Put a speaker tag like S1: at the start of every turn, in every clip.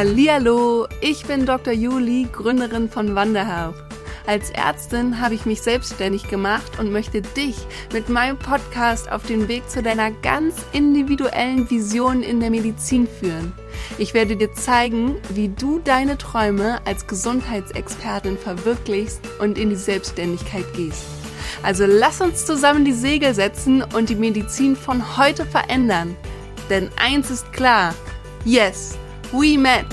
S1: Hallihallo, ich bin Dr. Juli, Gründerin von Wanderhelp. Als Ärztin habe ich mich selbstständig gemacht und möchte dich mit meinem Podcast auf den Weg zu deiner ganz individuellen Vision in der Medizin führen. Ich werde dir zeigen, wie du deine Träume als Gesundheitsexpertin verwirklichst und in die Selbstständigkeit gehst. Also lass uns zusammen die Segel setzen und die Medizin von heute verändern. Denn eins ist klar, yes, we met!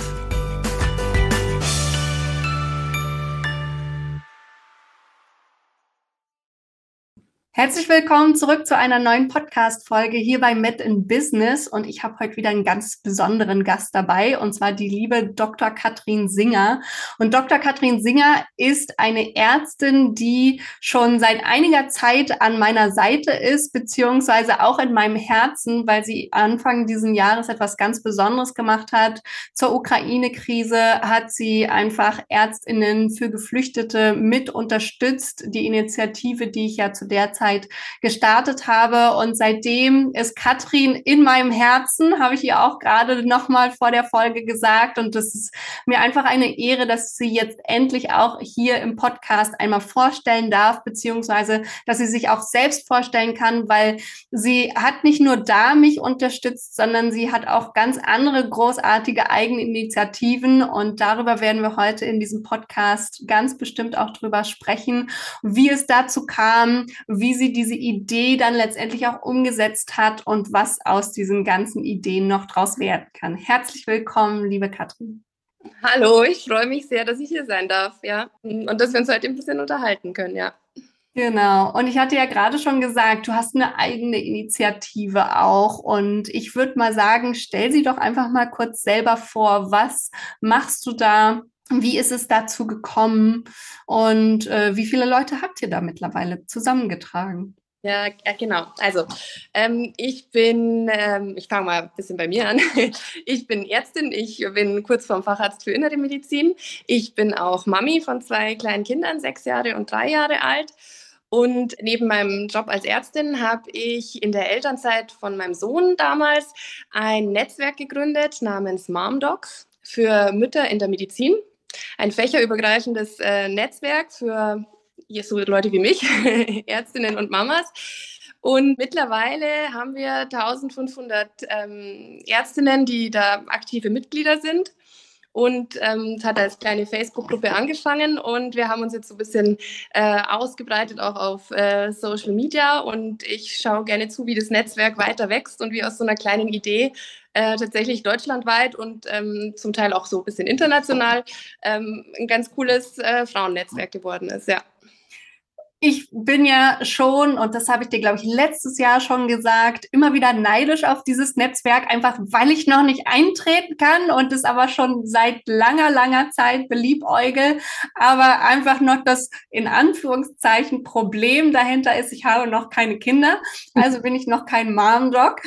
S1: Herzlich willkommen zurück zu einer neuen Podcast-Folge hier bei Met in Business und ich habe heute wieder einen ganz besonderen Gast dabei und zwar die liebe Dr. Katrin Singer. Und Dr. Katrin Singer ist eine Ärztin, die schon seit einiger Zeit an meiner Seite ist, beziehungsweise auch in meinem Herzen, weil sie Anfang dieses Jahres etwas ganz Besonderes gemacht hat. Zur Ukraine-Krise hat sie einfach ÄrztInnen für Geflüchtete mit unterstützt, die Initiative, die ich ja zu der Zeit gestartet habe. Und seitdem ist Katrin in meinem Herzen, habe ich ihr auch gerade nochmal vor der Folge gesagt. Und das ist mir einfach eine Ehre, dass sie jetzt endlich auch hier im Podcast einmal vorstellen darf, beziehungsweise, dass sie sich auch selbst vorstellen kann, weil sie hat nicht nur da mich unterstützt, sondern sie hat auch ganz andere großartige eigene Initiativen. Und darüber werden wir heute in diesem Podcast ganz bestimmt auch drüber sprechen, wie es dazu kam, wie sie diese Idee dann letztendlich auch umgesetzt hat und was aus diesen ganzen Ideen noch draus werden kann. Herzlich willkommen, liebe Katrin.
S2: Hallo, ich freue mich sehr, dass ich hier sein darf, ja. Und dass wir uns heute ein bisschen unterhalten können, ja.
S1: Genau. Und ich hatte ja gerade schon gesagt, du hast eine eigene Initiative auch. Und ich würde mal sagen, stell sie doch einfach mal kurz selber vor. Was machst du da? Wie ist es dazu gekommen? Und wie viele Leute habt ihr da mittlerweile zusammengetragen?
S2: Ja, genau. Also, ich fange mal ein bisschen bei mir an. Ich bin Ärztin, ich bin kurz vorm Facharzt für Innere Medizin. Ich bin auch Mami von 2 kleinen Kindern, 6 Jahre und 3 Jahre alt. Und neben meinem Job als Ärztin habe ich in der Elternzeit von meinem Sohn damals ein Netzwerk gegründet namens MomDocs für Mütter in der Medizin. Ein fächerübergreifendes Netzwerk für so Leute wie mich, Ärztinnen und Mamas. Und mittlerweile haben wir 1500 Ärztinnen, die da aktive Mitglieder sind. Und es hat als kleine Facebook-Gruppe angefangen und wir haben uns jetzt so ein bisschen ausgebreitet auch auf Social Media und ich schaue gerne zu, wie das Netzwerk weiter wächst und wie aus so einer kleinen Idee tatsächlich deutschlandweit und zum Teil auch so ein bisschen international ein ganz cooles Frauennetzwerk geworden ist, ja.
S1: Ich bin ja schon, und das habe ich dir, glaube ich, letztes Jahr schon gesagt, immer wieder neidisch auf dieses Netzwerk, einfach weil ich noch nicht eintreten kann und es aber schon seit langer, langer Zeit beliebäugel, aber einfach noch das in Anführungszeichen Problem dahinter ist, ich habe noch keine Kinder, also bin ich noch kein Mom-Doc.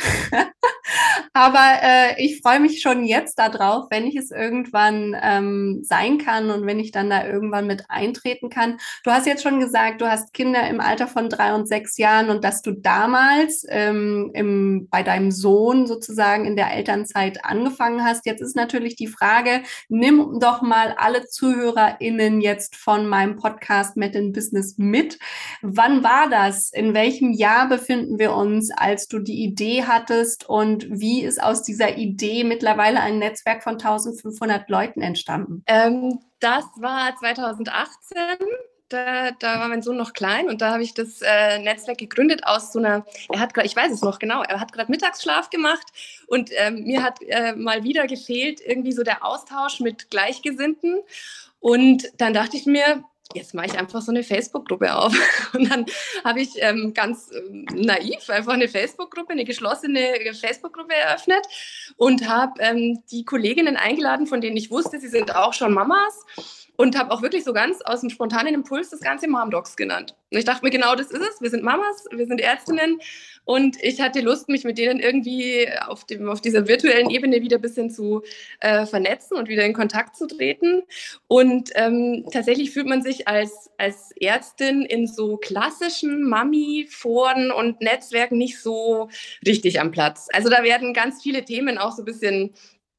S1: Aber ich freue mich schon jetzt darauf, wenn ich es irgendwann sein kann und wenn ich dann da irgendwann mit eintreten kann. Du hast jetzt schon gesagt, du hast Kinder im Alter von 3 und 6 Jahren und dass du damals bei deinem Sohn sozusagen in der Elternzeit angefangen hast. Jetzt ist natürlich die Frage, nimm doch mal alle ZuhörerInnen jetzt von meinem Podcast Met in Business mit. Wann war das? In welchem Jahr befinden wir uns, als du die Idee hattest und wie ist aus dieser Idee mittlerweile ein Netzwerk von 1500 Leuten entstanden?
S2: Das war 2018. Da war mein Sohn noch klein und da habe ich das Netzwerk gegründet aus so einer, ich weiß es noch genau, er hat gerade Mittagsschlaf gemacht und mir hat mal wieder gefehlt irgendwie so der Austausch mit Gleichgesinnten und dann dachte ich mir, jetzt mache ich einfach so eine Facebook-Gruppe auf. Und dann habe ich ganz naiv einfach eine Facebook-Gruppe, eine geschlossene Facebook-Gruppe eröffnet und habe die Kolleginnen eingeladen, von denen ich wusste, sie sind auch schon Mamas. Und habe auch wirklich so ganz aus dem spontanen Impuls das Ganze Mom-Docs genannt. Und ich dachte mir, genau das ist es. Wir sind Mamas, wir sind Ärztinnen. Und ich hatte Lust, mich mit denen irgendwie auf dieser virtuellen Ebene wieder ein bisschen zu vernetzen und wieder in Kontakt zu treten. Und tatsächlich fühlt man sich als Ärztin in so klassischen Mami-Foren und Netzwerken nicht so richtig am Platz. Also da werden ganz viele Themen auch so ein bisschen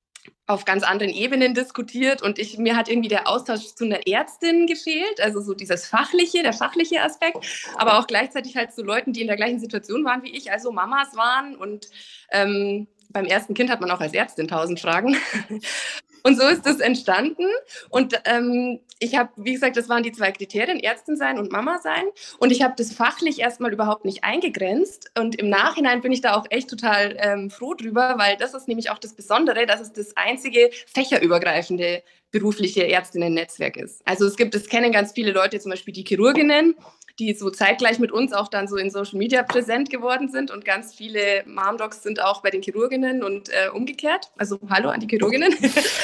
S2: auf ganz anderen Ebenen diskutiert und mir hat irgendwie der Austausch zu einer Ärztin gefehlt, also so dieses der fachliche Aspekt, aber auch gleichzeitig halt zu Leuten, die in der gleichen Situation waren wie ich, also Mamas waren und beim ersten Kind hat man auch als Ärztin 1000 Fragen. Und so ist das entstanden. Und ich habe, wie gesagt, das waren die 2 Kriterien, Ärztin sein und Mama sein. Und ich habe das fachlich erstmal überhaupt nicht eingegrenzt. Und im Nachhinein bin ich da auch echt total froh drüber, weil das ist nämlich auch das Besondere, dass es das einzige fächerübergreifende berufliche Ärztinnen-Netzwerk ist. Also es kennen ganz viele Leute, zum Beispiel die Chirurginnen, die so zeitgleich mit uns auch dann so in Social Media präsent geworden sind und ganz viele Mom-Docs sind auch bei den Chirurginnen und umgekehrt. Also hallo an die Chirurginnen.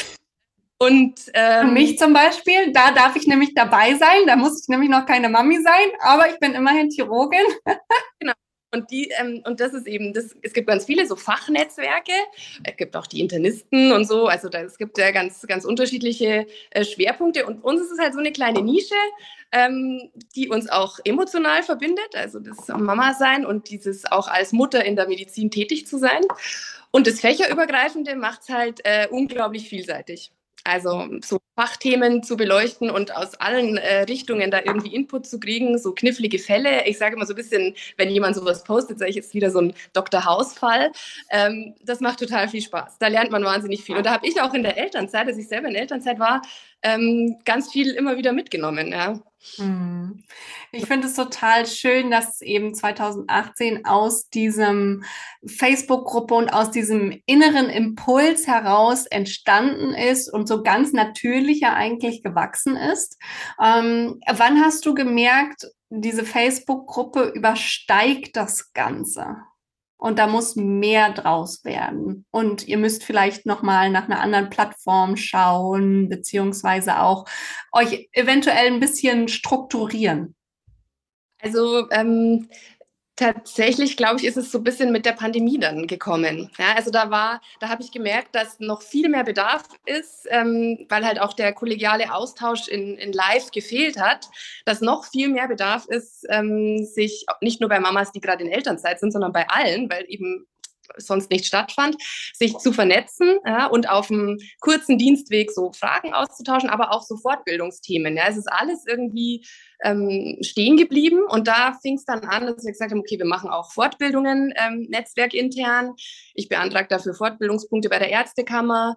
S2: Und
S1: An mich zum Beispiel, da darf ich nämlich dabei sein, da muss ich nämlich noch keine Mami sein, aber ich bin immerhin Chirurgin.
S2: Genau. Und das ist eben, es gibt ganz viele so Fachnetzwerke, es gibt auch die Internisten und so, also es gibt ja ganz, ganz unterschiedliche Schwerpunkte und uns ist es halt so eine kleine Nische, die uns auch emotional verbindet, also das Mama sein und dieses auch als Mutter in der Medizin tätig zu sein. Und das Fächerübergreifende macht es halt unglaublich vielseitig. Also so Fachthemen zu beleuchten und aus allen Richtungen da irgendwie Input zu kriegen, so knifflige Fälle. Ich sage immer so ein bisschen, wenn jemand sowas postet, sage ich jetzt wieder so ein Dr. House-Fall. Das macht total viel Spaß. Da lernt man wahnsinnig viel. Und da habe ich auch in der Elternzeit, als ich selber in der Elternzeit war, ganz viel immer wieder mitgenommen. Ja.
S1: Ich finde es total schön, dass eben 2018 aus diesem Facebook-Gruppe und aus diesem inneren Impuls heraus entstanden ist und so ganz natürlicher eigentlich gewachsen ist. Wann hast du gemerkt, diese Facebook-Gruppe übersteigt das Ganze? Und da muss mehr draus werden. Und ihr müsst vielleicht nochmal nach einer anderen Plattform schauen, beziehungsweise auch euch eventuell ein bisschen strukturieren.
S2: Also tatsächlich, glaube ich, ist es so ein bisschen mit der Pandemie dann gekommen. Ja, also da habe ich gemerkt, dass noch viel mehr Bedarf ist, weil halt auch der kollegiale Austausch in Live gefehlt hat, dass noch viel mehr Bedarf ist, sich nicht nur bei Mamas, die gerade in Elternzeit sind, sondern bei allen, weil eben sonst nicht stattfand, sich zu vernetzen, ja, und auf einem kurzen Dienstweg so Fragen auszutauschen, aber auch so Fortbildungsthemen. Ja. Es ist alles irgendwie stehen geblieben und da fing es dann an, dass wir gesagt haben, okay, wir machen auch Fortbildungen netzwerkintern. Ich beantrage dafür Fortbildungspunkte bei der Ärztekammer.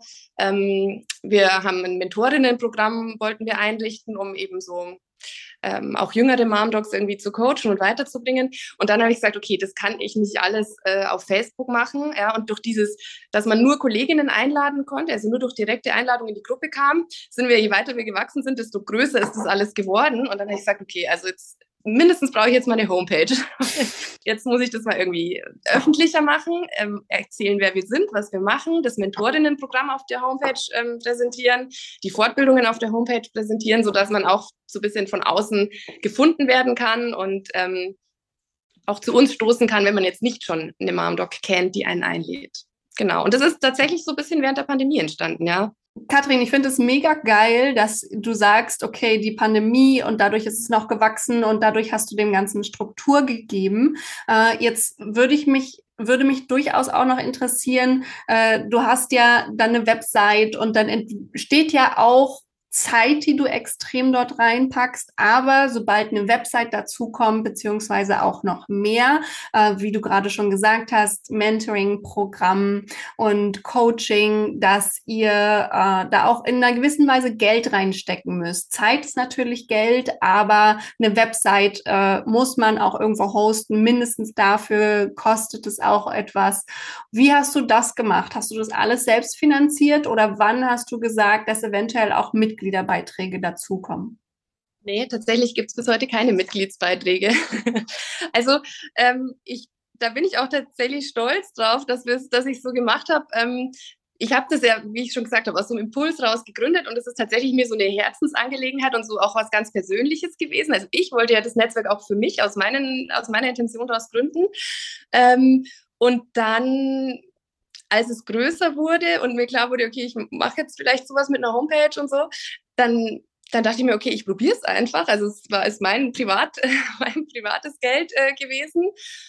S2: Wir haben ein Mentorinnenprogramm, wollten wir einrichten, um eben so auch jüngere Mom-Docs irgendwie zu coachen und weiterzubringen. Und dann habe ich gesagt, okay, das kann ich nicht alles auf Facebook machen. Ja, und durch dieses, dass man nur Kolleginnen einladen konnte, also nur durch direkte Einladung in die Gruppe kam, sind wir, je weiter wir gewachsen sind, desto größer ist das alles geworden. Und dann habe ich gesagt, okay, also jetzt mindestens brauche ich jetzt mal eine Homepage. Jetzt muss ich das mal irgendwie öffentlicher machen, erzählen, wer wir sind, was wir machen, das Mentorinnenprogramm auf der Homepage präsentieren, die Fortbildungen auf der Homepage präsentieren, sodass man auch so ein bisschen von außen gefunden werden kann und auch zu uns stoßen kann, wenn man jetzt nicht schon eine Mom-Doc kennt, die einen einlädt. Genau. Und das ist tatsächlich so ein bisschen während der Pandemie entstanden, ja.
S1: Katrin, ich finde es mega geil, dass du sagst, okay, die Pandemie und dadurch ist es noch gewachsen und dadurch hast du dem Ganzen Struktur gegeben. Jetzt würde mich durchaus auch noch interessieren, du hast ja dann eine Website und dann entsteht ja auch Zeit, die du extrem dort reinpackst, aber sobald eine Website dazukommt, beziehungsweise auch noch mehr, wie du gerade schon gesagt hast, Mentoring-Programm und Coaching, dass ihr da auch in einer gewissen Weise Geld reinstecken müsst. Zeit ist natürlich Geld, aber eine Website muss man auch irgendwo hosten. Mindestens dafür kostet es auch etwas. Wie hast du das gemacht? Hast du das alles selbst finanziert oder wann hast du gesagt, dass eventuell auch Mitgliederbeiträge dazukommen?
S2: Nee, tatsächlich gibt es bis heute keine Mitgliedsbeiträge. Also da bin ich auch tatsächlich stolz drauf, dass ich es so gemacht habe. Ich habe das ja, wie ich schon gesagt habe, aus so einem Impuls raus gegründet und es ist tatsächlich mir so eine Herzensangelegenheit und so auch was ganz Persönliches gewesen. Also ich wollte ja das Netzwerk auch für mich aus meiner Intention daraus gründen. Und dann, als es größer wurde und mir klar wurde, okay, ich mache jetzt vielleicht sowas mit einer Homepage und so, dann dachte ich mir, okay, ich probiere es einfach. Also ist mein privates Geld gewesen.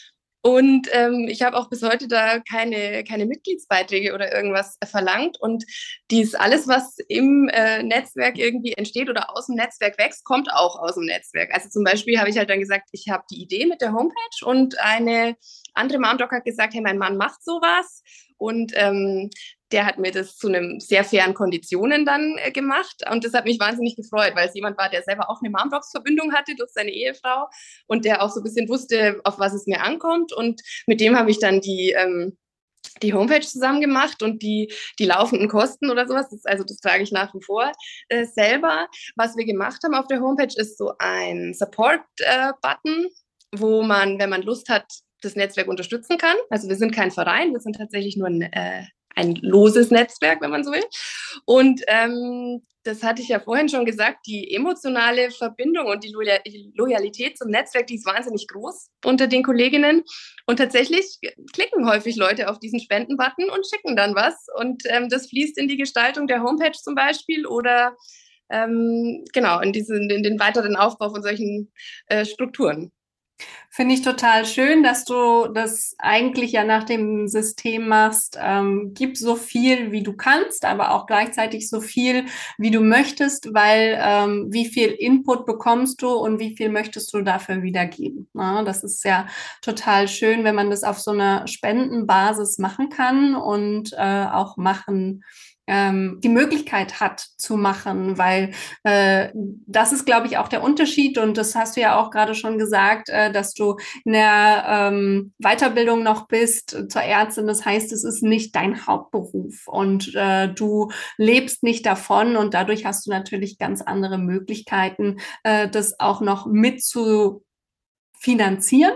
S2: Und ich habe auch bis heute da keine Mitgliedsbeiträge oder irgendwas verlangt. Und dies alles, was im Netzwerk irgendwie entsteht oder aus dem Netzwerk wächst, kommt auch aus dem Netzwerk. Also zum Beispiel habe ich halt dann gesagt, ich habe die Idee mit der Homepage und eine andere Mom-Doc hat gesagt, hey, mein Mann macht sowas. Und der hat mir das zu einem sehr fairen Konditionen dann gemacht. Und das hat mich wahnsinnig gefreut, weil es jemand war, der selber auch eine Mom-Docs-Verbindung hatte durch seine Ehefrau und der auch so ein bisschen wusste, auf was es mir ankommt. Und mit dem habe ich dann die Homepage zusammen gemacht und die laufenden Kosten oder sowas. Das trage ich nach wie vor selber. Was wir gemacht haben auf der Homepage ist so ein Support-Button, wo man, wenn man Lust hat, das Netzwerk unterstützen kann. Also wir sind kein Verein, wir sind tatsächlich nur ein loses Netzwerk, wenn man so will. Und das hatte ich ja vorhin schon gesagt, die emotionale Verbindung und die Loyalität zum Netzwerk, die ist wahnsinnig groß unter den Kolleginnen. Und tatsächlich klicken häufig Leute auf diesen Spenden-Button und schicken dann was. Und das fließt in die Gestaltung der Homepage zum Beispiel oder genau, in den weiteren Aufbau von solchen Strukturen.
S1: Finde ich total schön, dass du das eigentlich ja nach dem System machst. Gib so viel, wie du kannst, aber auch gleichzeitig so viel, wie du möchtest, weil wie viel Input bekommst du und wie viel möchtest du dafür wiedergeben. Na, das ist ja total schön, wenn man das auf so einer Spendenbasis machen kann und auch die Möglichkeit hat zu machen, weil das ist, glaube ich, auch der Unterschied und das hast du ja auch gerade schon gesagt, dass du in der Weiterbildung noch bist zur Ärztin. Das heißt, es ist nicht dein Hauptberuf und du lebst nicht davon und dadurch hast du natürlich ganz andere Möglichkeiten, das auch noch mit zu finanzieren.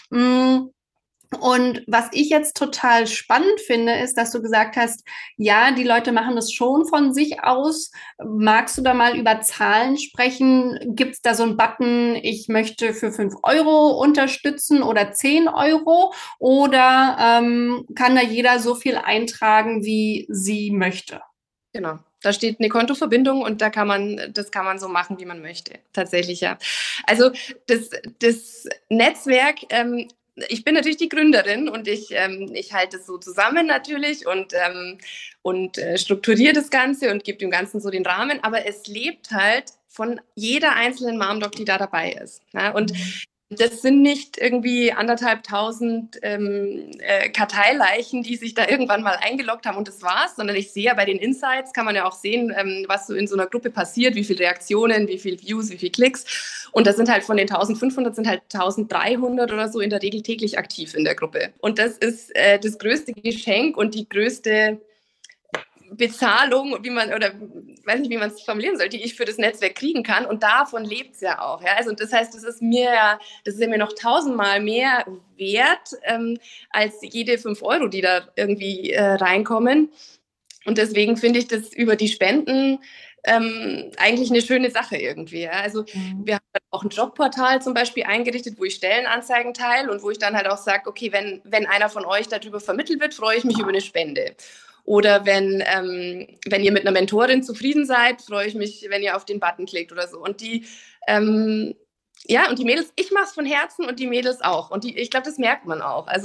S1: Und was ich jetzt total spannend finde, ist, dass du gesagt hast, ja, die Leute machen das schon von sich aus. Magst du da mal über Zahlen sprechen? Gibt es da so einen Button, ich möchte für 5 € unterstützen oder 10 €? Oder kann da jeder so viel eintragen, wie sie möchte?
S2: Genau. Da steht eine Kontoverbindung und das kann man so machen, wie man möchte. Tatsächlich, ja. Also das Netzwerk, ich bin natürlich die Gründerin und ich halte es so zusammen natürlich und strukturiere das Ganze und gebe dem Ganzen so den Rahmen, aber es lebt halt von jeder einzelnen Mom-Doc, die da dabei ist. Ja? Und das sind nicht irgendwie 1.500 Karteileichen, die sich da irgendwann mal eingeloggt haben und das war's, sondern ich sehe ja bei den Insights, kann man ja auch sehen, was so in so einer Gruppe passiert, wie viele Reaktionen, wie viele Views, wie viele Klicks. Und das sind halt von den 1.500 sind halt 1.300 oder so in der Regel täglich aktiv in der Gruppe. Und das ist das größte Geschenk und die größte Bezahlung, weiß nicht, wie man es formulieren soll, die ich für das Netzwerk kriegen kann. Und davon lebt es ja auch. Ja? Also das heißt, das ist mir noch 1000-mal mehr wert als jede 5 €, die da irgendwie reinkommen. Und deswegen finde ich das über die Spenden eigentlich eine schöne Sache irgendwie. Ja? Also wir haben auch ein Jobportal zum Beispiel eingerichtet, wo ich Stellenanzeigen teile und wo ich dann halt auch sage, okay, wenn einer von euch darüber vermittelt wird, freue ich mich über eine Spende. Oder wenn ihr mit einer Mentorin zufrieden seid, freue ich mich, wenn ihr auf den Button klickt oder so. Und und die Mädels, ich mache es von Herzen und die Mädels auch. Und ich glaube, das merkt man auch. Also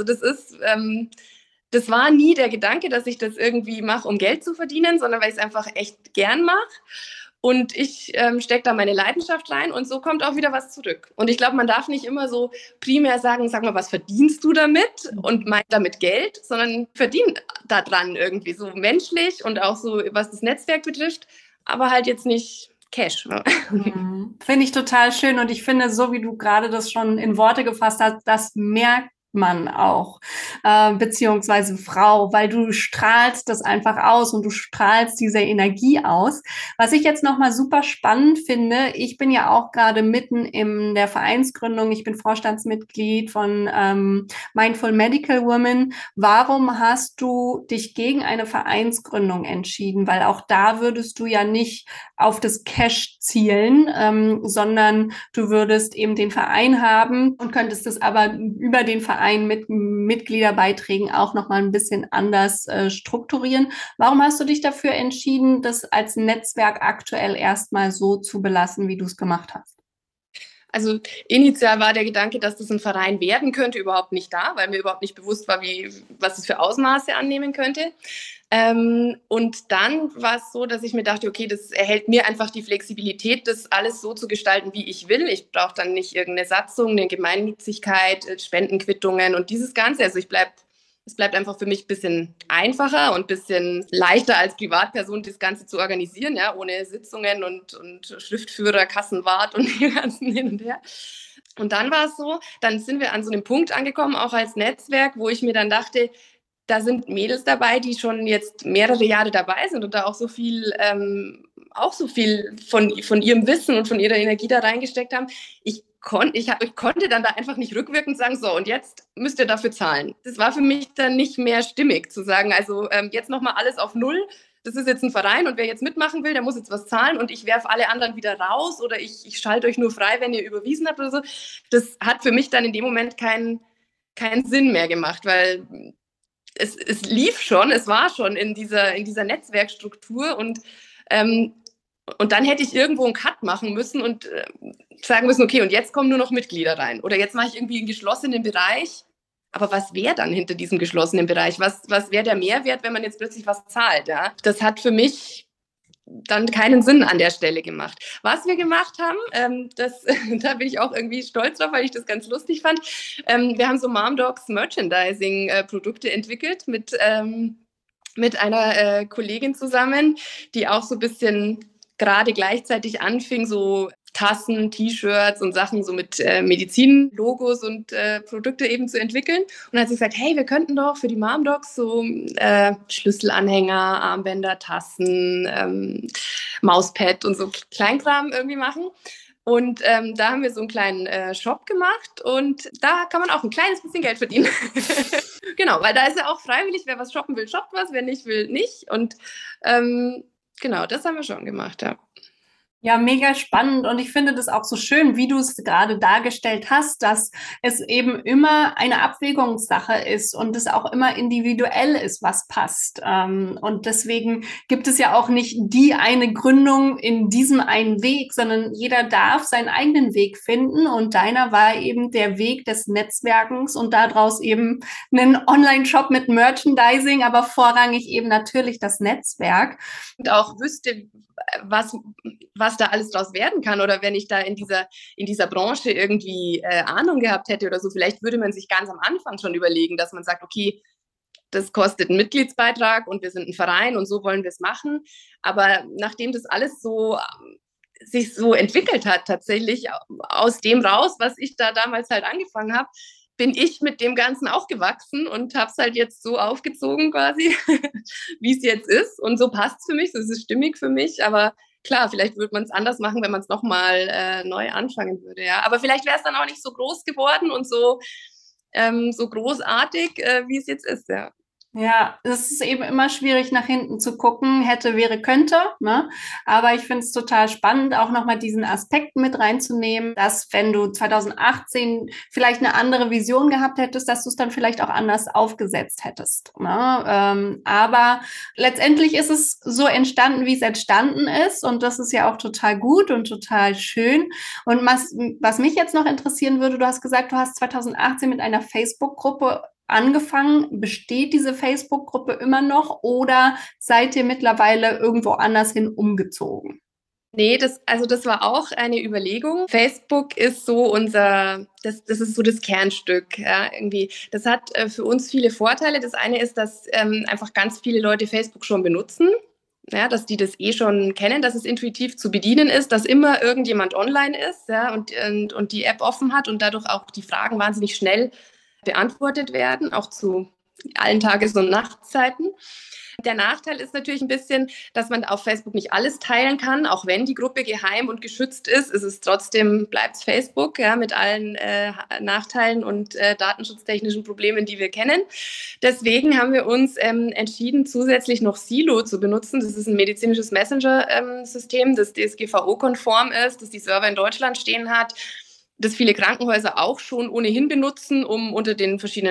S2: das war nie der Gedanke, dass ich das irgendwie mache, um Geld zu verdienen, sondern weil ich es einfach echt gern mache. Und ich stecke da meine Leidenschaft rein und so kommt auch wieder was zurück. Und ich glaube, man darf nicht immer so primär sagen, sag mal, was verdienst du damit und meint damit Geld, sondern verdient daran irgendwie so menschlich und auch so, was das Netzwerk betrifft, aber halt jetzt nicht Cash. Ne?
S1: Finde ich total schön und ich finde, so wie du gerade das schon in Worte gefasst hast, das merkt Mann auch, beziehungsweise Frau, weil du strahlst das einfach aus und du strahlst diese Energie aus. Was ich jetzt nochmal super spannend finde, ich bin ja auch gerade mitten in der Vereinsgründung, ich bin Vorstandsmitglied von Mindful Medical Women. Warum hast du dich gegen eine Vereinsgründung entschieden? Weil auch da würdest du ja nicht auf das Cash zielen, sondern du würdest eben den Verein haben und könntest es aber über den Verein mit Mitgliederbeiträgen auch nochmal ein bisschen anders strukturieren. Warum hast du dich dafür entschieden, das als Netzwerk aktuell erstmal so zu belassen, wie du es gemacht hast?
S2: Also initial war der Gedanke, dass das ein Verein werden könnte, überhaupt nicht da, weil mir überhaupt nicht bewusst war, was es für Ausmaße annehmen könnte. Und dann war es so, dass ich mir dachte, okay, das erhält mir einfach die Flexibilität, das alles so zu gestalten, wie ich will. Ich brauche dann nicht irgendeine Satzung, eine Gemeinnützigkeit, Spendenquittungen und dieses Ganze. Also es bleibt einfach für mich ein bisschen einfacher und ein bisschen leichter als Privatperson, das Ganze zu organisieren, ja, ohne Sitzungen und Schriftführer, Kassenwart und die ganzen hin und her. Und dann war es so, dann sind wir an so einem Punkt angekommen, auch als Netzwerk, wo ich mir dann dachte, da sind Mädels dabei, die schon jetzt mehrere Jahre dabei sind und da auch so viel von ihrem Wissen und von ihrer Energie da reingesteckt haben. Ich konnte dann da einfach nicht rückwirkend sagen, so, und jetzt müsst ihr dafür zahlen. Das war für mich dann nicht mehr stimmig zu sagen, also jetzt nochmal alles auf Null. Das ist jetzt ein Verein und wer jetzt mitmachen will, der muss jetzt was zahlen und ich werfe alle anderen wieder raus oder ich schalte euch nur frei, wenn ihr überwiesen habt oder so. Das hat für mich dann in dem Moment keinen Sinn mehr gemacht, weil es lief schon, es war schon in dieser Netzwerkstruktur und dann hätte ich irgendwo einen Cut machen müssen und sagen müssen, okay, und jetzt kommen nur noch Mitglieder rein. Oder jetzt mache ich irgendwie einen geschlossenen Bereich. Aber was wäre dann hinter diesem geschlossenen Bereich? Was wäre der Mehrwert, wenn man jetzt plötzlich was zahlt? Ja? Das hat für mich dann keinen Sinn an der Stelle gemacht. Was wir gemacht haben, da bin ich auch irgendwie stolz drauf, weil ich das ganz lustig fand. Wir haben so Mom Dogs Merchandising-Produkte entwickelt mit einer Kollegin zusammen, die auch so ein bisschen gerade gleichzeitig anfing, so Tassen, T-Shirts und Sachen so mit Medizin-Logos und Produkte eben zu entwickeln. Und dann hat sie gesagt, hey, wir könnten doch für die Mom Dogs so Schlüsselanhänger, Armbänder, Tassen, Mauspad und so Kleinkram irgendwie machen. Und da haben wir so einen kleinen Shop gemacht und da kann man auch ein kleines bisschen Geld verdienen. Genau, weil da ist ja auch freiwillig, wer was shoppen will, shoppt was, wer nicht will, nicht. Und genau, das haben wir schon gemacht, ja.
S1: Ja, mega spannend und ich finde das auch so schön, wie du es gerade dargestellt hast, dass es eben immer eine Abwägungssache ist und es auch immer individuell ist, was passt. Und deswegen gibt es ja auch nicht die eine Gründung in diesem einen Weg, sondern jeder darf seinen eigenen Weg finden und deiner war eben der Weg des Netzwerkens und daraus eben einen Online-Shop mit Merchandising, aber vorrangig eben natürlich das Netzwerk.
S2: Und auch wüsste, was da alles draus werden kann oder wenn ich da in dieser Branche irgendwie Ahnung gehabt hätte oder so, vielleicht würde man sich ganz am Anfang schon überlegen, dass man sagt, okay, das kostet einen Mitgliedsbeitrag und wir sind ein Verein und so wollen wir es machen. Aber nachdem das alles so sich so entwickelt hat, tatsächlich aus dem raus, was ich da damals halt angefangen habe, bin ich mit dem Ganzen auch gewachsen und habe es halt jetzt so aufgezogen quasi, wie es jetzt ist. Und so passt es für mich, so ist es stimmig für mich. Aber klar, vielleicht würde man es anders machen, wenn man es nochmal neu anfangen würde. Ja. Aber vielleicht wäre es dann auch nicht so groß geworden und so großartig, wie es jetzt ist. Ja.
S1: Ja, es ist eben immer schwierig, nach hinten zu gucken, hätte, wäre, könnte, ne? Aber ich finde es total spannend, auch nochmal diesen Aspekt mit reinzunehmen, dass wenn du 2018 vielleicht eine andere Vision gehabt hättest, dass du es dann vielleicht auch anders aufgesetzt hättest, ne? Aber letztendlich ist es so entstanden, wie es entstanden ist und das ist ja auch total gut und total schön. Und was mich jetzt noch interessieren würde, du hast gesagt, du hast 2018 mit einer Facebook-Gruppe angefangen? Besteht diese Facebook-Gruppe immer noch oder seid ihr mittlerweile irgendwo anders hin umgezogen?
S2: Nee, das war auch eine Überlegung. Facebook ist so das ist so das Kernstück, ja, irgendwie. Das hat für uns viele Vorteile. Das eine ist, dass einfach ganz viele Leute Facebook schon benutzen. Ja, dass die das schon kennen, dass es intuitiv zu bedienen ist, dass immer irgendjemand online ist, ja, und die App offen hat und dadurch auch die Fragen wahnsinnig schnell beantwortet werden, auch zu allen Tages- und Nachtzeiten. Der Nachteil ist natürlich ein bisschen, dass man auf Facebook nicht alles teilen kann, auch wenn die Gruppe geheim und geschützt ist, bleibt es Facebook, ja, mit allen Nachteilen und datenschutztechnischen Problemen, die wir kennen. Deswegen haben wir uns entschieden, zusätzlich noch Silo zu benutzen. Das ist ein medizinisches Messenger-System, das DSGVO-konform ist, das die Server in Deutschland stehen hat, das viele Krankenhäuser auch schon ohnehin benutzen, um unter den verschiedenen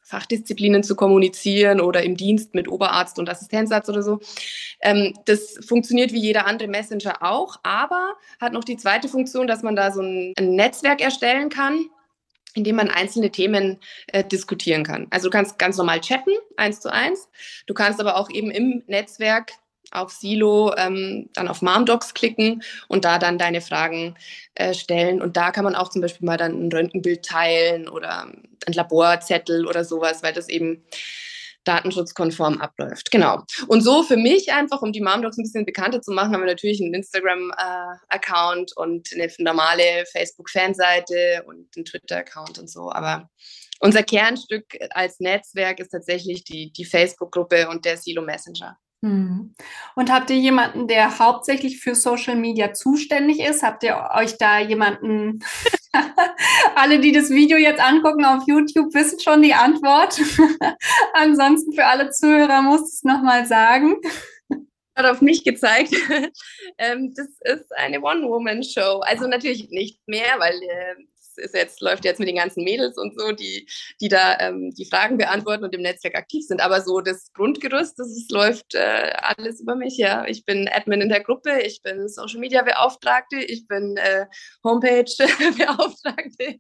S2: Fachdisziplinen zu kommunizieren oder im Dienst mit Oberarzt und Assistenzarzt oder so. Das funktioniert wie jeder andere Messenger auch, aber hat noch die zweite Funktion, dass man da so ein Netzwerk erstellen kann, in dem man einzelne Themen diskutieren kann. Also du kannst ganz normal chatten, 1:1. Du kannst aber auch eben im Netzwerk auf Silo dann auf Mom-Docs klicken und da dann deine Fragen stellen. Und da kann man auch zum Beispiel mal dann ein Röntgenbild teilen oder ein Laborzettel oder sowas, weil das eben datenschutzkonform abläuft. Genau. Und so für mich einfach, um die Mom-Docs ein bisschen bekannter zu machen, haben wir natürlich einen Instagram-Account und eine normale Facebook-Fanseite und einen Twitter-Account und so. Aber unser Kernstück als Netzwerk ist tatsächlich die Facebook-Gruppe und der Silo Messenger.
S1: Und habt ihr jemanden, der hauptsächlich für Social Media zuständig ist? Habt ihr euch da jemanden, alle, die das Video jetzt angucken auf YouTube, wissen schon die Antwort. Ansonsten für alle Zuhörer muss ich es nochmal sagen.
S2: Hat auf mich gezeigt. Das ist eine One-Woman-Show. Also natürlich nicht mehr, weil läuft jetzt mit den ganzen Mädels und so, die da die Fragen beantworten und im Netzwerk aktiv sind. Aber so das Grundgerüst, läuft alles über mich, ja. Ich bin Admin in der Gruppe, ich bin Social Media Beauftragte, ich bin Homepage Beauftragte.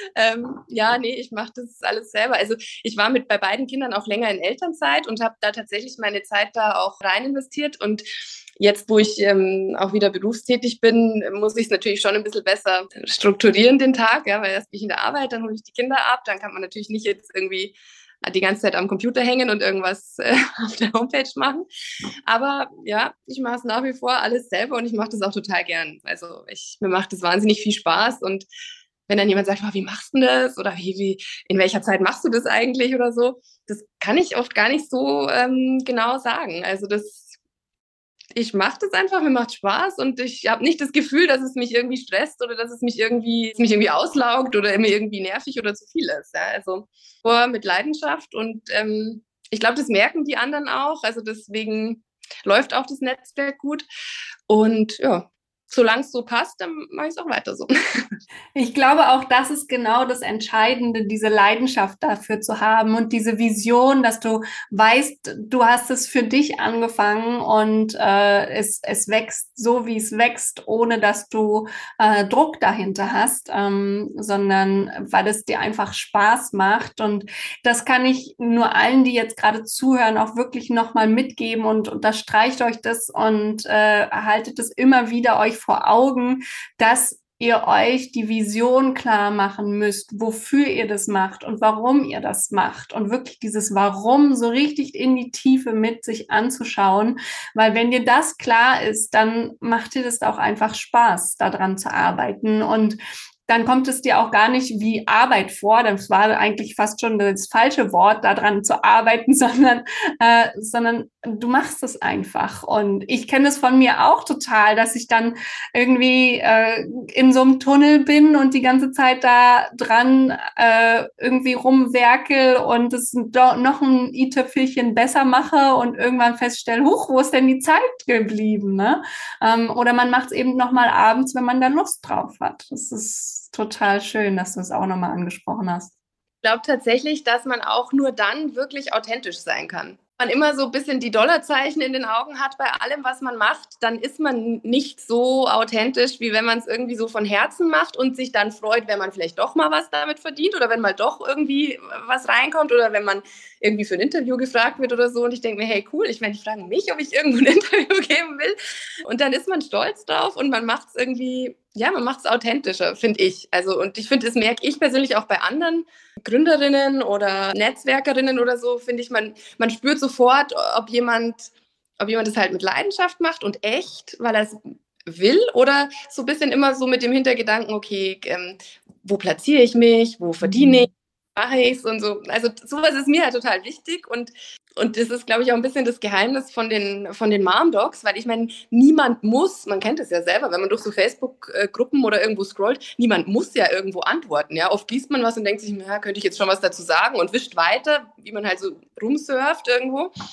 S2: Ich mache das alles selber. Also ich war bei beiden Kindern auch länger in Elternzeit und habe da tatsächlich meine Zeit da auch rein investiert. Und jetzt, wo ich auch wieder berufstätig bin, muss ich es natürlich schon ein bisschen besser strukturieren, den Tag, ja, weil erst bin ich in der Arbeit, dann hole ich die Kinder ab, dann kann man natürlich nicht jetzt irgendwie die ganze Zeit am Computer hängen und irgendwas auf der Homepage machen. Aber ja, ich mache es nach wie vor alles selber und ich mache das auch total gern. Also mir macht das wahnsinnig viel Spaß und wenn dann jemand sagt, oh, wie machst du das? Oder in welcher Zeit machst du das eigentlich oder so? Das kann ich oft gar nicht so genau sagen. Also ich mache das einfach, mir macht Spaß und ich habe nicht das Gefühl, dass es mich irgendwie stresst oder dass es mich irgendwie auslaugt oder mir irgendwie nervig oder zu viel ist. Ja? Also mit Leidenschaft und ich glaube, das merken die anderen auch. Also deswegen läuft auch das Netzwerk gut. Und ja, solange es so passt, dann mache ich es auch weiter so.
S1: Ich glaube auch, das ist genau das Entscheidende, diese Leidenschaft dafür zu haben und diese Vision, dass du weißt, du hast es für dich angefangen und es wächst so, wie es wächst, ohne dass du Druck dahinter hast, sondern weil es dir einfach Spaß macht. Und das kann ich nur allen, die jetzt gerade zuhören, auch wirklich nochmal mitgeben und unterstreicht euch das und haltet es immer wieder euch vor Augen, dass ihr euch die Vision klar machen müsst, wofür ihr das macht und warum ihr das macht und wirklich dieses Warum so richtig in die Tiefe mit sich anzuschauen, weil wenn dir das klar ist, dann macht dir das auch einfach Spaß, daran zu arbeiten und dann kommt es dir auch gar nicht wie Arbeit vor. Das war eigentlich fast schon das falsche Wort, daran zu arbeiten, sondern du machst es einfach. Und ich kenne es von mir auch total, dass ich dann irgendwie in so einem Tunnel bin und die ganze Zeit da dran irgendwie rumwerkel und es noch ein i-Tüpfelchen besser mache und irgendwann feststelle, huch, wo ist denn die Zeit geblieben? Ne? Oder man macht es eben nochmal abends, wenn man da Lust drauf hat. Das ist total schön, dass du es auch nochmal angesprochen hast.
S2: Ich glaube tatsächlich, dass man auch nur dann wirklich authentisch sein kann. Wenn man immer so ein bisschen die Dollarzeichen in den Augen hat bei allem, was man macht, dann ist man nicht so authentisch, wie wenn man es irgendwie so von Herzen macht und sich dann freut, wenn man vielleicht doch mal was damit verdient oder wenn mal doch irgendwie was reinkommt oder wenn man irgendwie für ein Interview gefragt wird oder so. Und ich denke mir, hey, cool, ich meine, die fragen mich, ob ich irgendwo ein Interview geben will. Und dann ist man stolz drauf und man macht es irgendwie, ja, man macht es authentischer, finde ich. Also, und ich finde, das merke ich persönlich auch bei anderen Gründerinnen oder Netzwerkerinnen oder so, finde ich, man spürt sofort, ob jemand das halt mit Leidenschaft macht und echt, weil er es will oder so ein bisschen immer so mit dem Hintergedanken, okay, wo platziere ich mich, wo verdiene ich, mache ich es und so. Also sowas ist mir halt total wichtig und das ist, glaube ich, auch ein bisschen das Geheimnis von den Mom-Docs, weil ich meine, niemand muss, man kennt es ja selber, wenn man durch so Facebook-Gruppen oder irgendwo scrollt, niemand muss ja irgendwo antworten. Ja? Oft liest man was und denkt sich, ja, könnte ich jetzt schon was dazu sagen und wischt weiter, wie man halt so rumsurft irgendwo.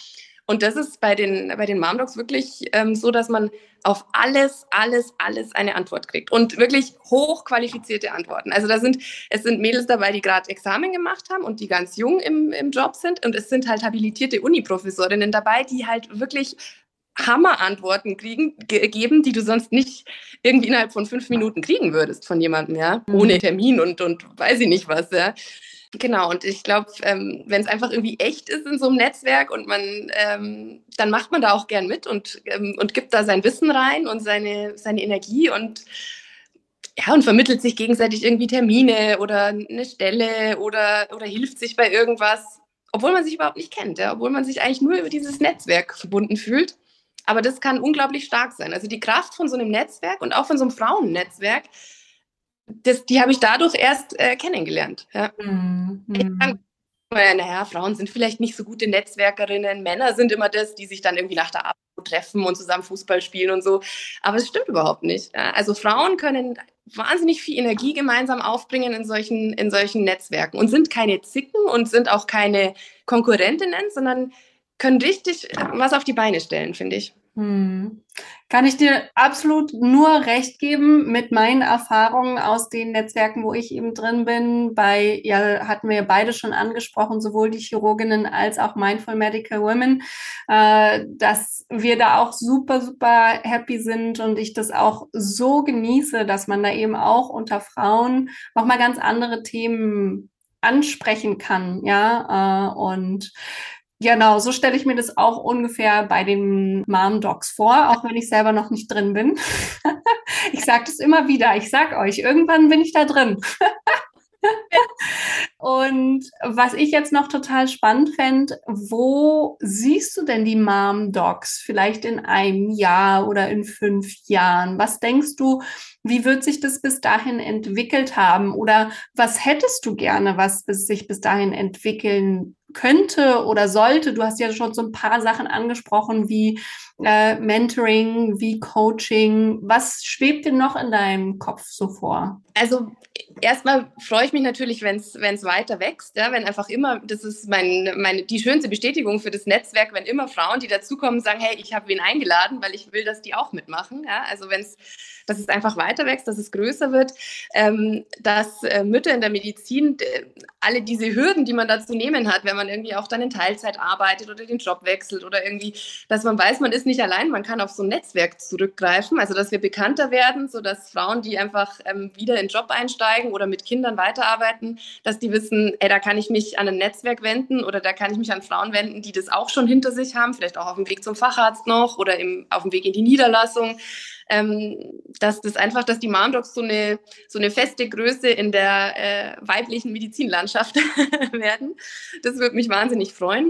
S2: Und das ist bei den Mom-Docs wirklich so, dass man auf alles eine Antwort kriegt und wirklich hochqualifizierte Antworten. Also es sind Mädels dabei, die gerade Examen gemacht haben und die ganz jung im Job sind, und es sind halt habilitierte Uni-Professorinnen dabei, die halt wirklich Hammerantworten geben, die du sonst nicht irgendwie innerhalb von 5 Minuten kriegen würdest von jemandem, ja, ohne Termin und weiß ich nicht was, ja. Genau, und ich glaube, wenn es einfach irgendwie echt ist in so einem Netzwerk und dann macht man da auch gern mit und gibt da sein Wissen rein und seine Energie und ja, und vermittelt sich gegenseitig irgendwie Termine oder eine Stelle oder hilft sich bei irgendwas, obwohl man sich überhaupt nicht kennt, ja, obwohl man sich eigentlich nur über dieses Netzwerk verbunden fühlt. Aber das kann unglaublich stark sein. Also die Kraft von so einem Netzwerk und auch von so einem Frauennetzwerk, die habe ich dadurch erst kennengelernt. Ja. Naja, Frauen sind vielleicht nicht so gute Netzwerkerinnen, Männer sind immer das, die sich dann irgendwie nach der Arbeit treffen und zusammen Fußball spielen und so. Aber es stimmt überhaupt nicht. Ja. Also Frauen können wahnsinnig viel Energie gemeinsam aufbringen in solchen Netzwerken und sind keine Zicken und sind auch keine Konkurrentinnen, sondern können richtig was auf die Beine stellen, finde ich.
S1: Kann ich dir absolut nur recht geben mit meinen Erfahrungen aus den Netzwerken, wo ich eben drin bin. Ja, hatten wir ja beide schon angesprochen, sowohl die Chirurginnen als auch Mindful Medical Women, dass wir da auch super, super happy sind und ich das auch so genieße, dass man da eben auch unter Frauen nochmal ganz andere Themen ansprechen kann, ja, und genau, so stelle ich mir das auch ungefähr bei den Mom-Docs vor, auch wenn ich selber noch nicht drin bin. Ich sage das immer wieder. Ich sag euch, irgendwann bin ich da drin. Und was ich jetzt noch total spannend fände, wo siehst du denn die Mom-Docs? Vielleicht in einem Jahr oder in 5 Jahren? Was denkst du, wie wird sich das bis dahin entwickelt haben? Oder was hättest du gerne, was sich bis dahin entwickeln könnte oder sollte? Du hast ja schon so ein paar Sachen angesprochen, wie Mentoring, wie Coaching. Was schwebt dir noch in deinem Kopf so vor?
S2: Also erstmal freue ich mich natürlich, wenn es weiter wächst, ja, wenn einfach immer, das ist die schönste Bestätigung für das Netzwerk, wenn immer Frauen, die dazukommen, sagen, hey, ich habe wen eingeladen, weil ich will, dass die auch mitmachen. Ja? Also dass es einfach weiter wächst, dass es größer wird, dass Mütter in der Medizin alle diese Hürden, die man dazu nehmen hat, wenn man irgendwie auch dann in Teilzeit arbeitet oder den Job wechselt oder irgendwie, dass man weiß, man ist nicht allein, man kann auf so ein Netzwerk zurückgreifen, also dass wir bekannter werden, sodass Frauen, die einfach wieder in den Job einsteigen oder mit Kindern weiterarbeiten, dass die wissen, ey, da kann ich mich an ein Netzwerk wenden oder da kann ich mich an Frauen wenden, die das auch schon hinter sich haben, vielleicht auch auf dem Weg zum Facharzt noch oder auf dem Weg in die Niederlassung. Dass die Mom-Docs so eine feste Größe in der weiblichen Medizinlandschaft werden. Das würde mich wahnsinnig freuen.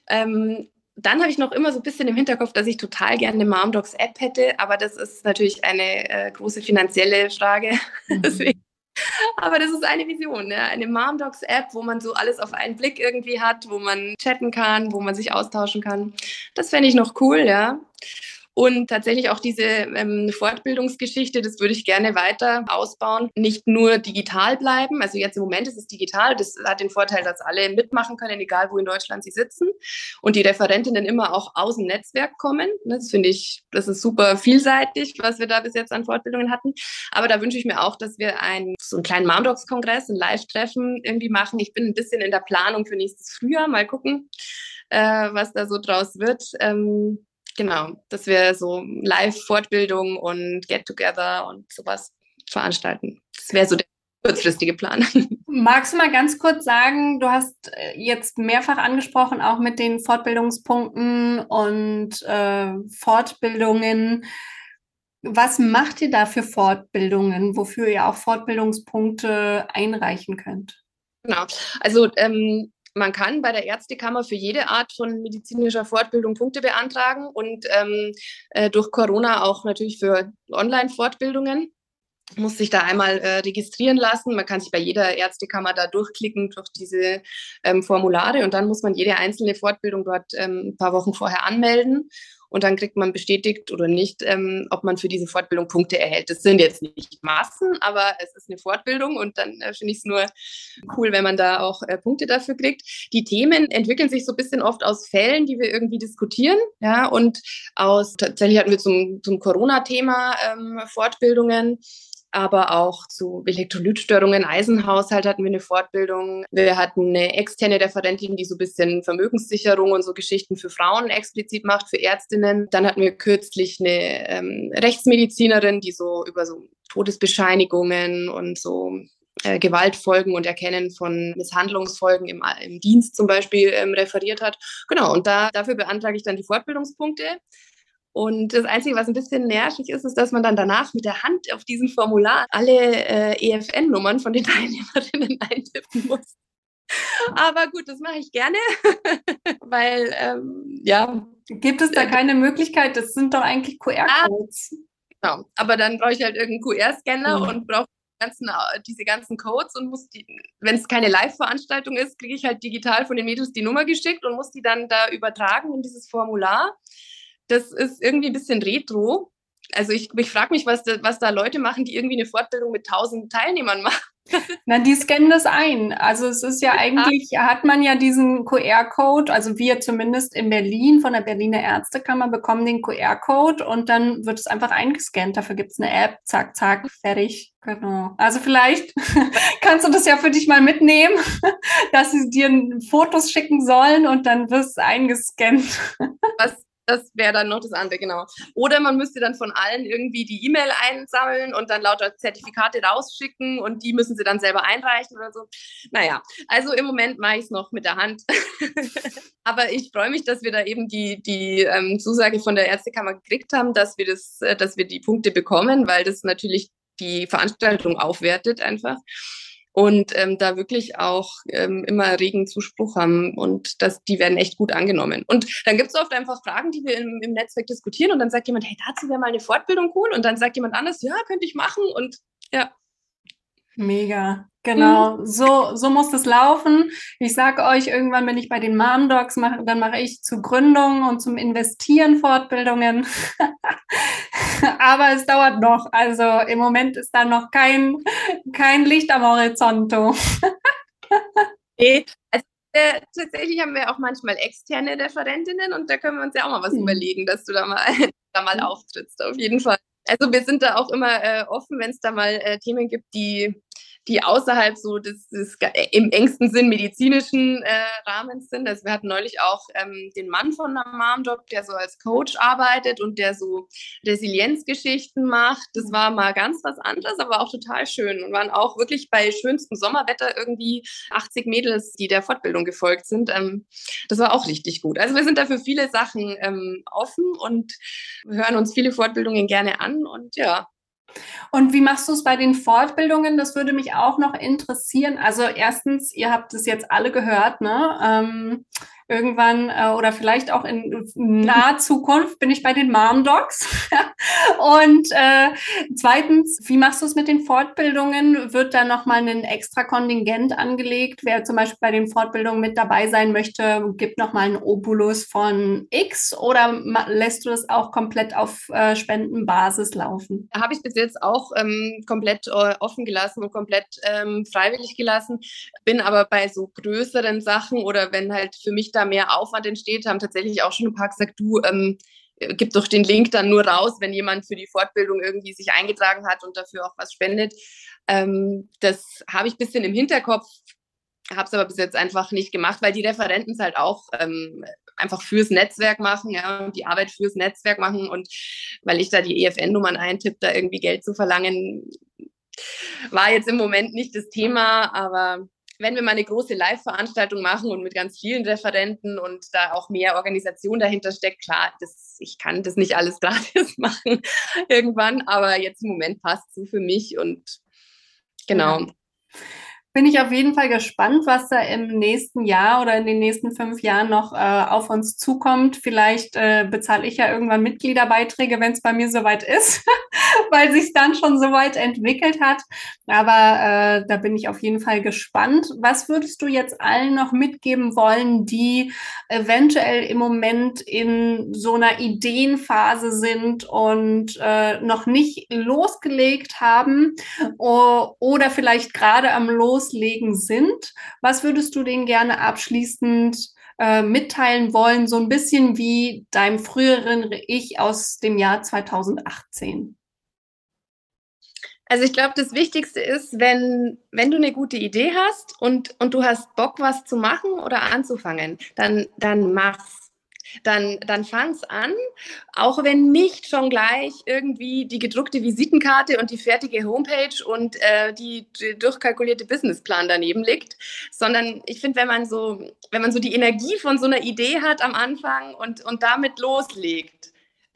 S2: Dann habe ich noch immer so ein bisschen im Hinterkopf, dass ich total gerne eine Mom-Docs-App hätte, aber das ist natürlich eine große finanzielle Frage. Deswegen. Aber das ist eine Vision, ja? Eine Mom-Docs-App, wo man so alles auf einen Blick irgendwie hat, wo man chatten kann, wo man sich austauschen kann. Das fände ich noch cool, ja. Und tatsächlich auch diese Fortbildungsgeschichte, das würde ich gerne weiter ausbauen. Nicht nur digital bleiben. Also jetzt im Moment ist es digital. Das hat den Vorteil, dass alle mitmachen können, egal wo in Deutschland sie sitzen. Und die Referentinnen immer auch aus dem Netzwerk kommen. Das finde ich, das ist super vielseitig, was wir da bis jetzt an Fortbildungen hatten. Aber da wünsche ich mir auch, dass wir so einen kleinen Mom-Docs-Kongress, ein Live-Treffen irgendwie machen. Ich bin ein bisschen in der Planung für nächstes Frühjahr. Mal gucken, was da so draus wird. Genau, dass wir so Live-Fortbildung und Get-Together und sowas veranstalten. Das wäre so der kurzfristige Plan.
S1: Magst du mal ganz kurz sagen, du hast jetzt mehrfach angesprochen, auch mit den Fortbildungspunkten und Fortbildungen. Was macht ihr da für Fortbildungen, wofür ihr auch Fortbildungspunkte einreichen könnt?
S2: Genau, also man kann bei der Ärztekammer für jede Art von medizinischer Fortbildung Punkte beantragen und durch Corona auch natürlich für Online-Fortbildungen. Muss sich da einmal registrieren lassen. Man kann sich bei jeder Ärztekammer da durchklicken durch diese Formulare und dann muss man jede einzelne Fortbildung dort ein paar Wochen vorher anmelden. und dann kriegt man bestätigt oder nicht, ob man für diese Fortbildung Punkte erhält. Das sind jetzt nicht Massen, aber es ist eine Fortbildung und dann finde ich es nur cool, wenn man da auch Punkte dafür kriegt. Die Themen entwickeln sich so ein bisschen oft aus Fällen, die wir irgendwie diskutieren, ja, und tatsächlich hatten wir zum Corona-Thema Fortbildungen, aber auch zu Elektrolytstörungen, Eisenhaushalt hatten wir eine Fortbildung. Wir hatten eine externe Referentin, die so ein bisschen Vermögenssicherung und so Geschichten für Frauen explizit macht, für Ärztinnen. Dann hatten wir kürzlich eine Rechtsmedizinerin, die so über so Todesbescheinigungen und so Gewaltfolgen und Erkennen von Misshandlungsfolgen im Dienst zum Beispiel referiert hat. Genau, und dafür beantrage ich dann die Fortbildungspunkte. Und das Einzige, was ein bisschen nervig ist, ist, dass man dann danach mit der Hand auf diesem Formular alle EFN-Nummern von den Teilnehmerinnen eintippen muss. Aber gut, das mache ich gerne, weil, ja.
S1: Gibt es da keine Möglichkeit? Das sind doch eigentlich QR-Codes.
S2: Genau, aber dann brauche ich halt irgendeinen QR-Scanner und brauche diese ganzen Codes und muss die, wenn es keine Live-Veranstaltung ist, kriege ich halt digital von den Mädels die Nummer geschickt und muss die dann da übertragen in dieses Formular. Das ist irgendwie ein bisschen retro. Also ich frage mich, was da Leute machen, die irgendwie eine Fortbildung mit 1000 Teilnehmern machen.
S1: Na, die scannen das ein. Also es ist ja eigentlich, hat man ja diesen QR-Code, also wir zumindest in Berlin von der Berliner Ärztekammer bekommen den QR-Code und dann wird es einfach eingescannt. Dafür gibt es eine App, zack, zack, fertig. Genau. Also vielleicht kannst du das ja für dich mal mitnehmen, dass sie dir Fotos schicken sollen und dann wirst du eingescannt.
S2: Das wäre dann noch das andere, genau. Oder man müsste dann von allen irgendwie die E-Mail einsammeln und dann lauter Zertifikate rausschicken und die müssen sie dann selber einreichen oder so. Naja, also im Moment mache ich es noch mit der Hand. Aber ich freue mich, dass wir da eben die Zusage von der Ärztekammer gekriegt haben, dass wir die Punkte bekommen, weil das natürlich die Veranstaltung aufwertet einfach. Und da wirklich auch immer regen Zuspruch haben und die werden echt gut angenommen. Und dann gibt es oft einfach Fragen, die wir im Netzwerk diskutieren und dann sagt jemand, hey, dazu wäre mal eine Fortbildung cool und dann sagt jemand anderes, ja, könnte ich machen und ja.
S1: Mega, genau. So muss das laufen. Ich sage euch, irgendwann bin ich bei den Mom Docs, dann mache ich zu Gründung und zum Investieren Fortbildungen. Aber es dauert noch. Also im Moment ist da noch kein Licht am Horizont.
S2: Nee, also tatsächlich haben wir auch manchmal externe Referentinnen und da können wir uns ja auch mal was überlegen, dass du da mal auftrittst, auf jeden Fall. Also wir sind da auch immer offen, wenn es da mal Themen gibt, die außerhalb so des im engsten Sinn medizinischen Rahmens sind. Also wir hatten neulich auch den Mann von der Mom-Doc, der so als Coach arbeitet und der so Resilienzgeschichten macht. Das war mal ganz was anderes, aber auch total schön und waren auch wirklich bei schönstem Sommerwetter irgendwie 80 Mädels, die der Fortbildung gefolgt sind. Das war auch richtig gut. Also wir sind da für viele Sachen offen und hören uns viele Fortbildungen gerne an und ja.
S1: Und wie machst du es bei den Fortbildungen? Das würde mich auch noch interessieren. Also erstens, ihr habt es jetzt alle gehört, ne? Irgendwann oder vielleicht auch in naher Zukunft bin ich bei den Mom Docs. Und zweitens, wie machst du es mit den Fortbildungen? Wird da nochmal ein extra Kontingent angelegt? Wer zum Beispiel bei den Fortbildungen mit dabei sein möchte, gibt nochmal einen Obolus von X oder lässt du das auch komplett auf Spendenbasis laufen?
S2: Habe ich bis jetzt auch komplett offen gelassen und komplett freiwillig gelassen. Bin aber bei so größeren Sachen oder wenn halt für mich da mehr Aufwand entsteht, haben tatsächlich auch schon ein paar gesagt, du, gib doch den Link dann nur raus, wenn jemand für die Fortbildung irgendwie sich eingetragen hat und dafür auch was spendet. Das habe ich ein bisschen im Hinterkopf, habe es aber bis jetzt einfach nicht gemacht, weil die Referenten es halt auch einfach fürs Netzwerk machen, ja, und die Arbeit fürs Netzwerk machen und weil ich da die EFN-Nummern eintippe, da irgendwie Geld zu verlangen, war jetzt im Moment nicht das Thema, aber wenn wir mal eine große Live-Veranstaltung machen und mit ganz vielen Referenten und da auch mehr Organisation dahinter steckt, klar, ich kann das nicht alles gratis machen irgendwann, aber jetzt im Moment passt es so für mich und genau.
S1: Ja. Bin ich auf jeden Fall gespannt, was da im nächsten Jahr oder in den nächsten 5 Jahren noch auf uns zukommt. Vielleicht bezahle ich ja irgendwann Mitgliederbeiträge, wenn es bei mir soweit ist. weil sich dann schon so weit entwickelt hat. Aber da bin ich auf jeden Fall gespannt. Was würdest du jetzt allen noch mitgeben wollen, die eventuell im Moment in so einer Ideenphase sind und noch nicht losgelegt haben oder vielleicht gerade am Loslegen sind? Was würdest du denen gerne abschließend mitteilen wollen, so ein bisschen wie deinem früheren Ich aus dem Jahr 2018?
S2: Also ich glaube, das Wichtigste ist, wenn du eine gute Idee hast und du hast Bock, was zu machen oder anzufangen, dann mach's. Dann fang's an, auch wenn nicht schon gleich irgendwie die gedruckte Visitenkarte und die fertige Homepage und die durchkalkulierte Businessplan daneben liegt, sondern ich finde, wenn man so die Energie von so einer Idee hat am Anfang und damit loslegt,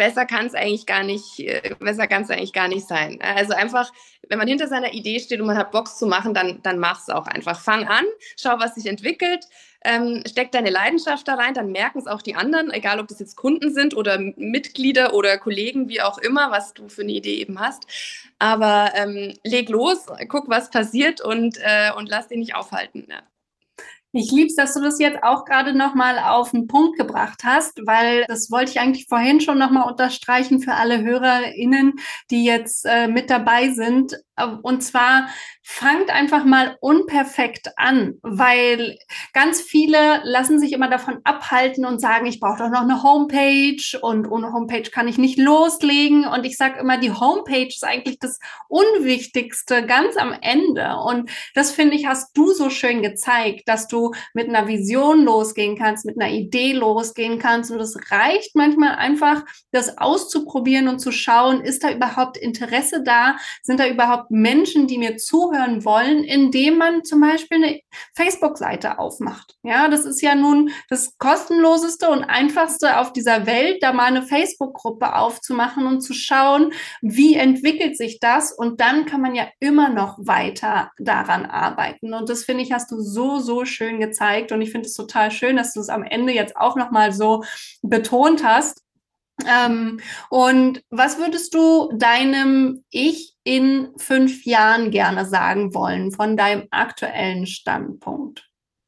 S2: besser kann es eigentlich gar nicht sein. Also einfach, wenn man hinter seiner Idee steht und man hat Bock zu machen, dann mach es auch einfach. Fang an, schau, was sich entwickelt, steck deine Leidenschaft da rein, dann merken es auch die anderen, egal ob das jetzt Kunden sind oder Mitglieder oder Kollegen, wie auch immer, was du für eine Idee eben hast. Aber leg los, guck, was passiert und lass dich nicht aufhalten. Ja.
S1: Ich lieb's, dass du das jetzt auch gerade nochmal auf den Punkt gebracht hast, weil das wollte ich eigentlich vorhin schon nochmal unterstreichen für alle HörerInnen, die jetzt mit dabei sind. Und zwar fangt einfach mal unperfekt an, weil ganz viele lassen sich immer davon abhalten und sagen, ich brauche doch noch eine Homepage und ohne Homepage kann ich nicht loslegen. Und ich sage immer, die Homepage ist eigentlich das Unwichtigste ganz am Ende. Und das finde ich, hast du so schön gezeigt, dass du mit einer Vision losgehen kannst, mit einer Idee losgehen kannst. Und es reicht manchmal einfach, das auszuprobieren und zu schauen, ist da überhaupt Interesse da? Sind da überhaupt Menschen, die mir zuhören wollen, indem man zum Beispiel eine Facebook-Seite aufmacht? Ja, das ist ja nun das kostenloseste und einfachste auf dieser Welt, da mal eine Facebook-Gruppe aufzumachen und zu schauen, wie entwickelt sich das? Und dann kann man ja immer noch weiter daran arbeiten. Und das finde ich, hast du so, so schön gezeigt. Und ich finde es total schön, dass du es am Ende jetzt auch nochmal so betont hast. Und was würdest du deinem Ich in 5 Jahren gerne sagen wollen von deinem aktuellen Standpunkt?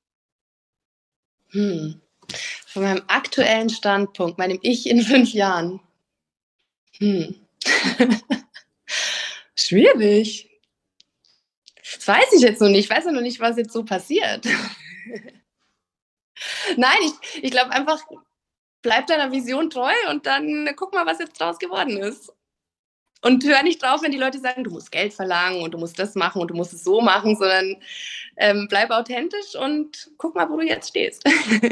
S2: Von meinem aktuellen Standpunkt, meinem Ich in 5 Jahren. Schwierig. Das weiß ich jetzt noch nicht. Ich weiß ja noch nicht, was jetzt so passiert. Nein, ich glaube einfach, bleib deiner Vision treu und dann guck mal, was jetzt draus geworden ist. Und hör nicht drauf, wenn die Leute sagen, du musst Geld verlangen und du musst das machen und du musst es so machen, sondern bleib authentisch und guck mal, wo du jetzt stehst.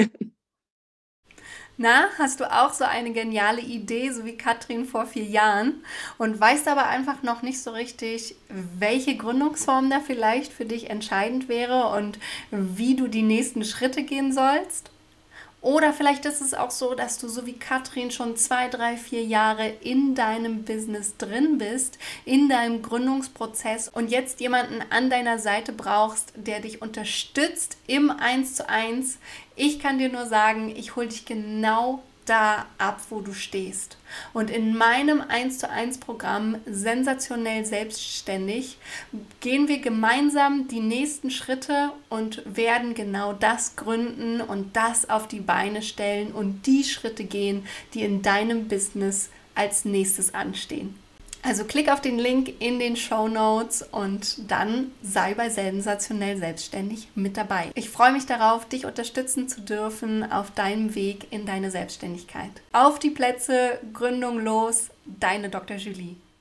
S1: Na, hast du auch so eine geniale Idee, so wie Katrin vor 4 Jahren und weißt aber einfach noch nicht so richtig, welche Gründungsform da vielleicht für dich entscheidend wäre und wie du die nächsten Schritte gehen sollst? Oder vielleicht ist es auch so, dass du so wie Katrin schon 2, 3, 4 Jahre in deinem Business drin bist, in deinem Gründungsprozess und jetzt jemanden an deiner Seite brauchst, der dich unterstützt im 1:1. Ich kann dir nur sagen, ich hole dich genau da ab, wo du stehst. Und in meinem 1:1 Programm Sensationell Selbstständig gehen wir gemeinsam die nächsten Schritte und werden genau das gründen und das auf die Beine stellen und die Schritte gehen, die in deinem Business als nächstes anstehen. Also klick auf den Link in den Shownotes und dann sei bei Sensationell Selbstständig mit dabei. Ich freue mich darauf, dich unterstützen zu dürfen auf deinem Weg in deine Selbstständigkeit. Auf die Plätze, Gründung los, deine Dr. Julie.